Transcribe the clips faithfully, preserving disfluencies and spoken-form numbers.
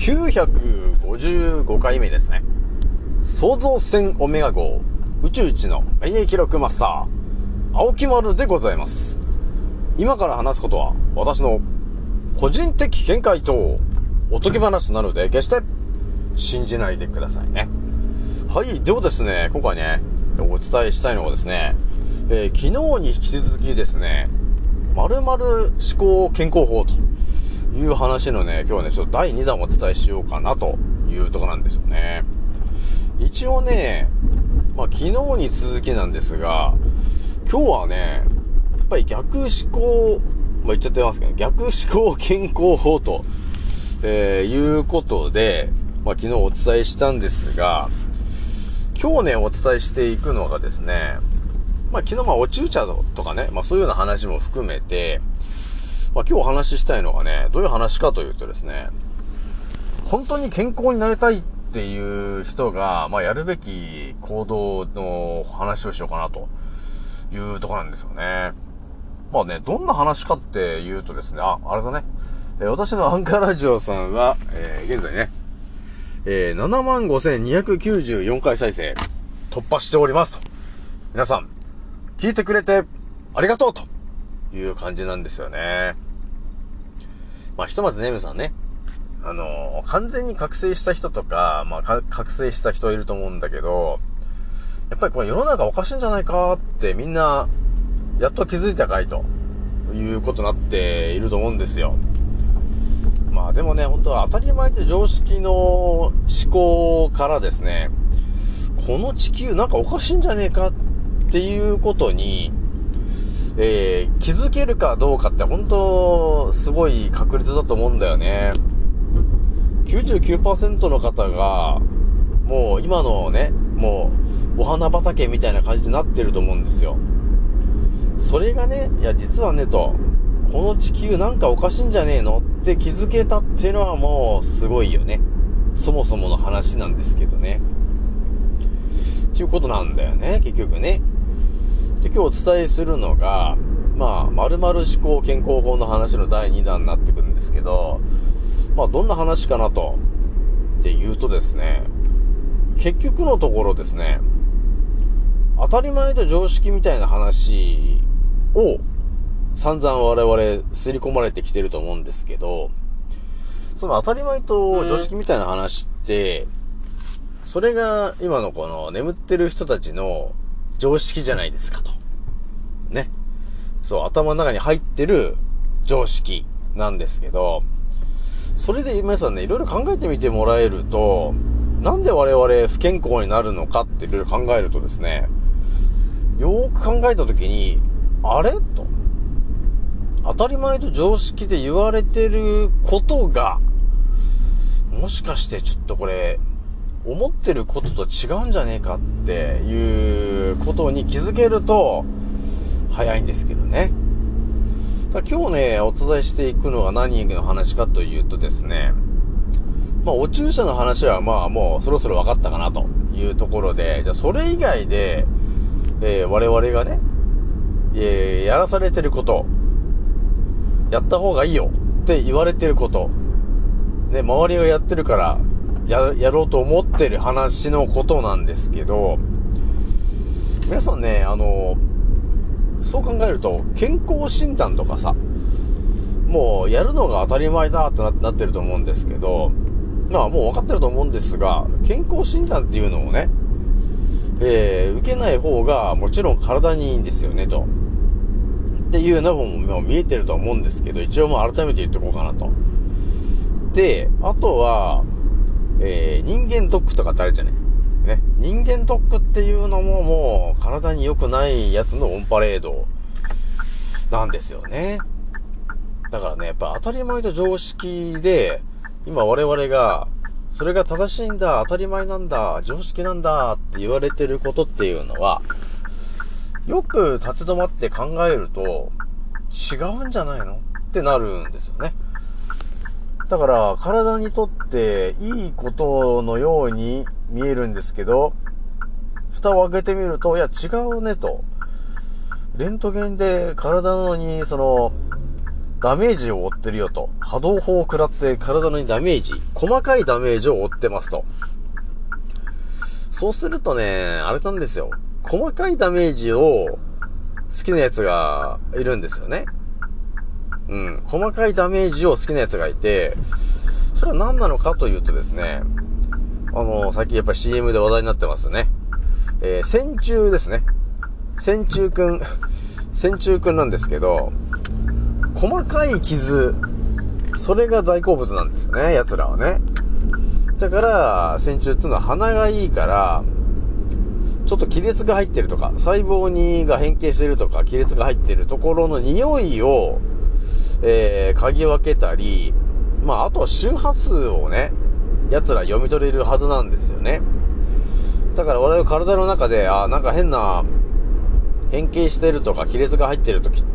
きゅうひゃくごじゅうごかいめですね。創造船オメガ号宇宙一の免疫記録マスター青木丸でございます。今から話すことは私の個人的見解とおとぎ話なので決して信じないでくださいね。はい、ではですね、今回ねお伝えしたいのはですね、えー、昨日に引き続きですね、〇〇思考健康法という話のね、今日はねちょっとだいにだんをお伝えしようかなというところなんですよね。一応ね、まあ昨日に続きなんですが、今日はねやっぱり逆思考、まあ言っちゃってますけど、逆思考健康法と、えー、いうことで、まあ昨日お伝えしたんですが、今日ねお伝えしていくのがですね、まあ昨日まあお注射とかね、まあそういうような話も含めて、まあ今日お話ししたいのがね、どういう話かというとですね、本当に健康になりたいっていう人が、まあやるべき行動の話をしようかなというところなんですよね。まあね、どんな話かっていうとですね、あ、あれだね、えー、私のアンカーラジオさんは、えー、現在ね、えー、ななまんごせんにひゃくきゅうじゅうよんかい再生突破しておりますと。皆さん、聞いてくれてありがとうという感じなんですよね。まあ、ひとまずね、皆さんね、あのー、完全に覚醒した人とか、まあ、か覚醒した人いると思うんだけど、やっぱりこれ世の中おかしいんじゃないかってみんな、やっと気づいたかいということになっていると思うんですよ。まあでもね、本当は当たり前って常識の思考からですね、この地球なんかおかしいんじゃねえかっていうことに、えー、気づけるかどうかって本当すごい確率だと思うんだよね。きゅうじゅうきゅうパーセント の方がもう今のね、もうお花畑みたいな感じになってると思うんですよ。それがね、いや実はねと、この地球なんかおかしいんじゃねえのって気づけたっていうのはもうすごいよね。そもそもの話なんですけどね。っていうことなんだよね、結局ね。で、今日お伝えするのが、まあ、〇〇思考健康法の話のだいにだんになってくるんですけど、まあ、どんな話かなと、って言うとですね、結局のところですね、当たり前と常識みたいな話を散々我々刷り込まれてきてると思うんですけど、その当たり前と常識みたいな話って、それが今のこの眠ってる人たちの常識じゃないですかと。ね。そう、頭の中に入ってる常識なんですけど、それで皆さんね、いろいろ考えてみてもらえると、なんで我々不健康になるのかっていろいろ考えるとですね、よーく考えたときに、あれと。当たり前と常識で言われてることが、もしかしてちょっとこれ、思ってることと違うんじゃねえかっていうことに気づけると早いんですけどね。だ今日ねお伝えしていくのが何の話かというとですね、まあお注射の話はまあもうそろそろ分かったかなというところで、じゃあそれ以外で、えー、我々がね、えー、やらされてること、やった方がいいよって言われてることね、周りがやってるからや, やろうと思ってる話のことなんですけど、皆さんね、あのそう考えると健康診断とかさ、もうやるのが当たり前だって な, なってると思うんですけど、まあもう分かってると思うんですが、健康診断っていうのをね、えー、受けない方がもちろん体にいいんですよねとっていうのももう見えてると思うんですけど、一応もう改めて言っておこうかなと。で、あとはえー、人間ドックとかってあるじゃねね。人間ドックっていうのももう体に良くないやつのオンパレードなんですよね。だからね、やっぱ当たり前と常識で、今我々が、それが正しいんだ、当たり前なんだ、常識なんだって言われてることっていうのは、よく立ち止まって考えると、違うんじゃないのってなるんですよね。だから体にとっていいことのように見えるんですけど、蓋を開けてみると、いや違うねと。レントゲンで体のにそのダメージを負ってるよと。波動砲を食らって体にダメージ、細かいダメージを負ってますと。そうするとね、あれなんですよ。細かいダメージを好きなやつがいるんですよね。うん。細かいダメージを好きなやつがいて、それは何なのかというとですね、あの、最近やっぱり シーエム で話題になってますね。えー、線虫ですね。線虫くん、線虫くんなんですけど、細かい傷、それが大好物なんですよね、奴らはね。だから、線虫っていうのは鼻がいいから、ちょっと亀裂が入ってるとか、細胞にが変形してるとか、亀裂が入ってるところの匂いを、えー、嗅ぎ分けたり、まあ、あとは周波数をね、奴ら読み取れるはずなんですよね。だから我々体の中で、あ、なんか変な、変形してるとか、亀裂が入ってる時って、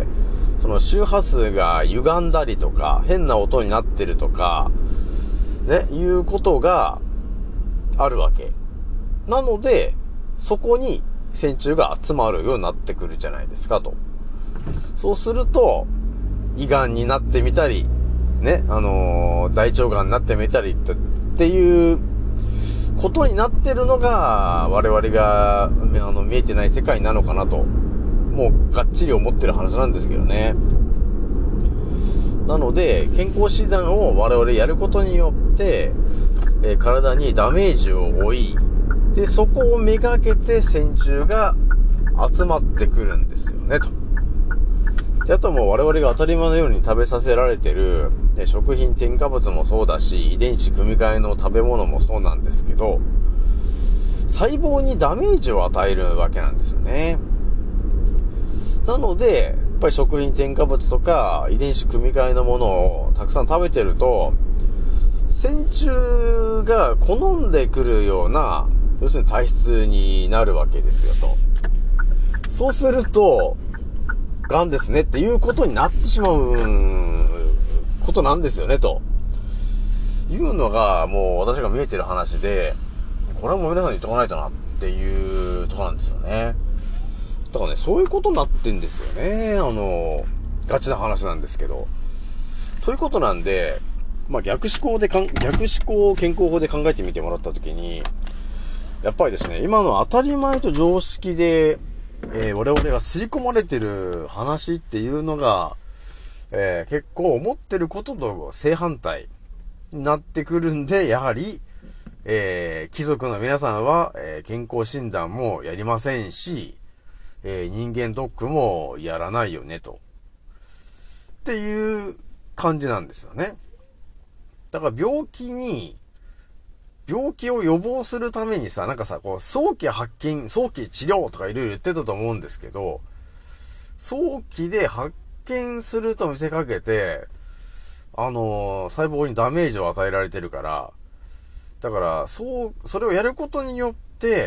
その周波数が歪んだりとか、変な音になってるとか、ね、いうことがあるわけ。なので、そこに線虫が集まるようになってくるじゃないですかと。そうすると、胃がんになってみたり、ね、あのー、大腸がんになってみたりって、っていうことになってるのが、我々が、あの、見えてない世界なのかなと、もうがっちり思ってる話なんですけどね。なので、健康診断を我々やることによって、えー、体にダメージを負い、で、そこをめがけて線虫が集まってくるんですよね、と。で、あともう我々が当たり前のように食べさせられてる、ね、食品添加物もそうだし、遺伝子組み換えの食べ物もそうなんですけど、細胞にダメージを与えるわけなんですよね。なので、やっぱり食品添加物とか遺伝子組み換えのものをたくさん食べてると、線虫が好んでくるような、要するに体質になるわけですよと。そうすると、癌ですねっていうことになってしまうことなんですよねと。いうのがもう私が見えてる話で、これはもう皆さんに言っとかないとなっていうところなんですよね。だからね、そういうことになってんですよね。あの、ガチな話なんですけど。ということなんで、まあ逆思考でかん、逆思考健康法で考えてみてもらったときに、やっぱりですね、今の当たり前と常識で、えー、我々が刷り込まれてる話っていうのが、えー、結構思ってることと正反対になってくるんで、やはり、えー、貴族の皆さんは、えー、健康診断もやりませんし、えー、人間ドックもやらないよね、と。っていう感じなんですよね。だから病気に、病気を予防するためにさ、なんかさ、こう、早期発見、早期治療とかいろいろ言ってたと思うんですけど、早期で発見すると見せかけて、あのー、細胞にダメージを与えられてるから、だから、そう、それをやることによって、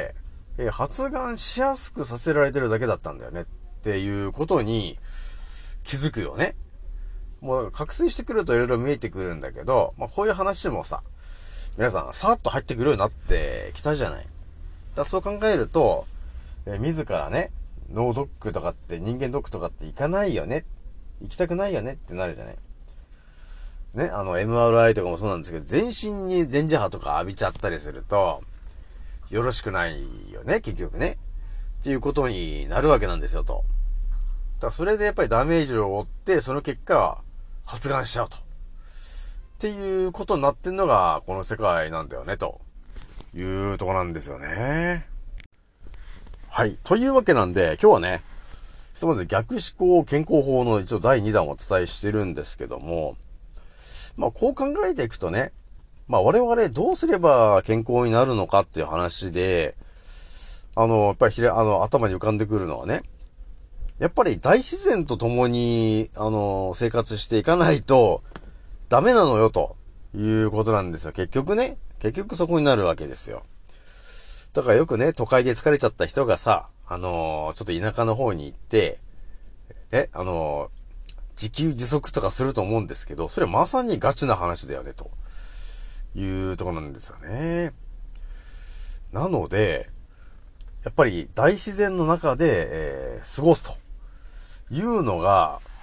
えー、発がんしやすくさせられてるだけだったんだよねっていうことに気づくよね。もう覚醒してくるといろいろ見えてくるんだけど、まあこういう話もさ、皆さんさーっと入ってくるようになってきたじゃない。だそう考えると、えー、自らね、脳ドックとかって人間ドックとかって行かないよね。行きたくないよねってなるじゃない。ね、あの エムアールアイ とかもそうなんですけど、全身に電磁波とか浴びちゃったりすると、よろしくないよね、結局ね。っていうことになるわけなんですよ、と。だからそれでやっぱりダメージを負って、その結果、発がんしちゃうと。っていうことになってんのが、この世界なんだよね、というとこなんですよね。はい。というわけなんで、今日はね、ひとまず逆思考健康法の一応だいにだんをお伝えしてるんですけども、まあこう考えていくとね、まあ我々どうすれば健康になるのかっていう話で、あの、やっぱりひれ、あの、頭に浮かんでくるのはね、やっぱり大自然と共に、あの、生活していかないとダメなのよということなんですよ。結局ね、結局そこになるわけですよ。だからよくね、都会で疲れちゃった人がさ、あのー、ちょっと田舎の方に行って、え、あのー、自給自足とかすると思うんですけど、それまさにガチな話だよね、というところなんですよね。なので、やっぱり大自然の中で、えー、過ごすというのが、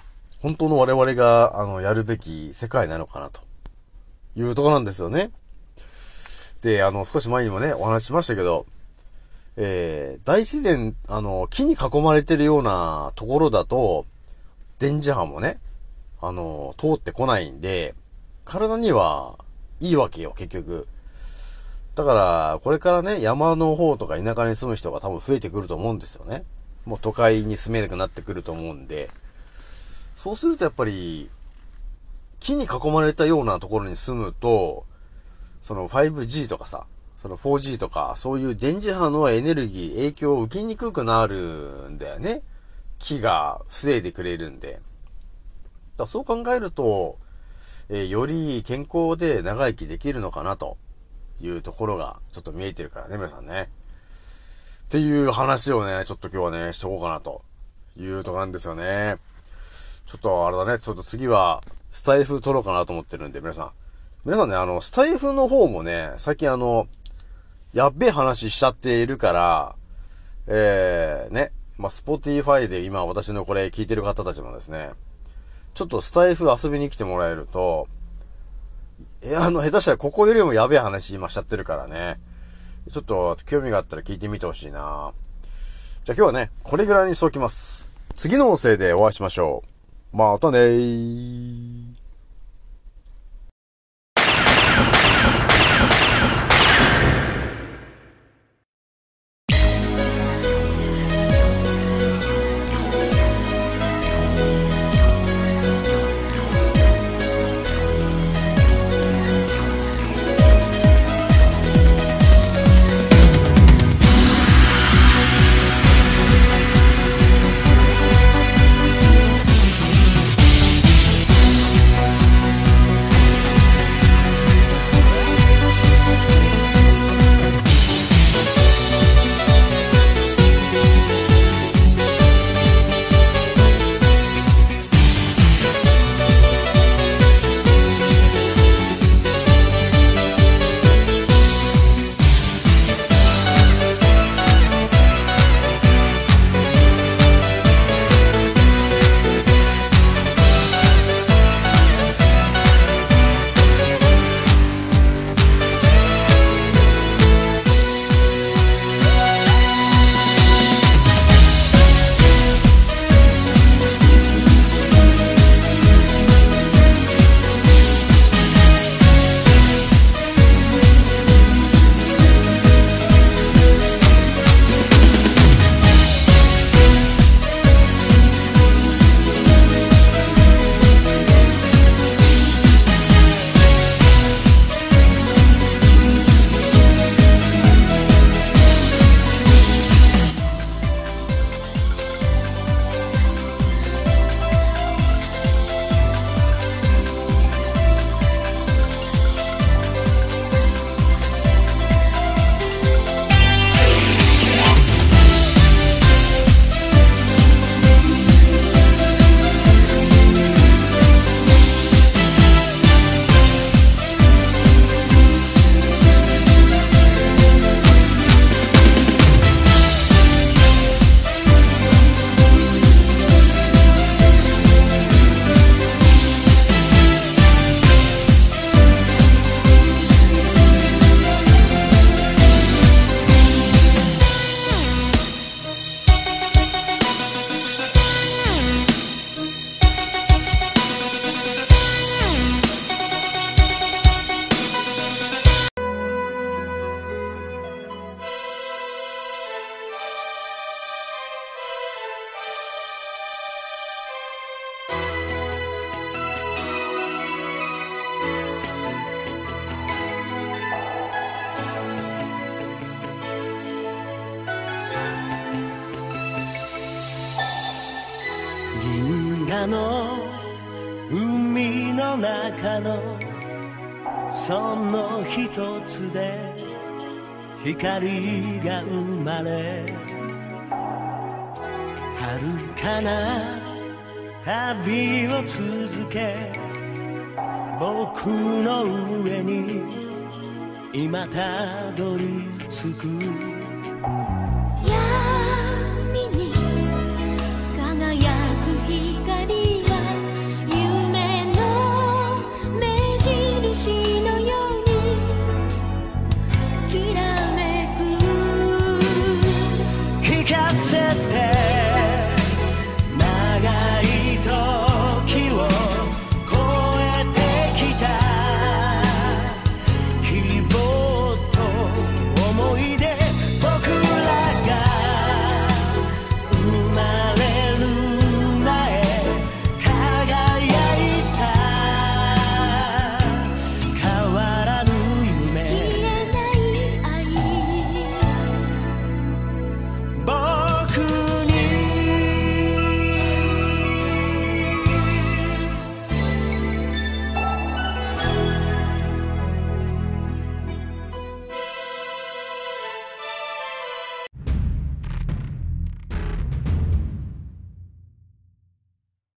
本当の我々が、あの、やるべき世界なのかな、というところなんですよね。で、あの、少し前にもね、お話ししましたけど、えー、大自然、あの、木に囲まれてるようなところだと、電磁波もね、あの、通ってこないんで、体にはいいわけよ、結局。だから、これからね、山の方とか田舎に住む人が多分増えてくると思うんですよね。もう都会に住めなくなってくると思うんで、そうするとやっぱり、木に囲まれたようなところに住むと、その ファイブジー とかさ、その フォージー とか、そういう電磁波のエネルギー、影響を受けにくくなるんだよね。木が防いでくれるんで。だそう考えると、えー、より健康で長生きできるのかなというところがちょっと見えてるからね、皆さんね。っていう話をね、ちょっと今日はね、しとこうかなというとこなんですよね。ちょっとあれだね、ちょっと次はスタイフ撮ろうかなと思ってるんで、皆さん。皆さんね、あの、スタイフの方もね、最近あの、やっべえ話しちゃっているから、えー、ね、まあ、スポティファイで今私のこれ聞いてる方たちもですね、ちょっとスタイフ遊びに来てもらえると、え、あの、下手したらここよりもやべえ話今しちゃってるからね、ちょっと興味があったら聞いてみてほしいな。じゃあ今日はね、これぐらいにしておきます。次の音声でお会いしましょう。またねー。 銀河の海の中のその一つで光が生まれ、遥かな旅を続け、僕の上に今たどり着く。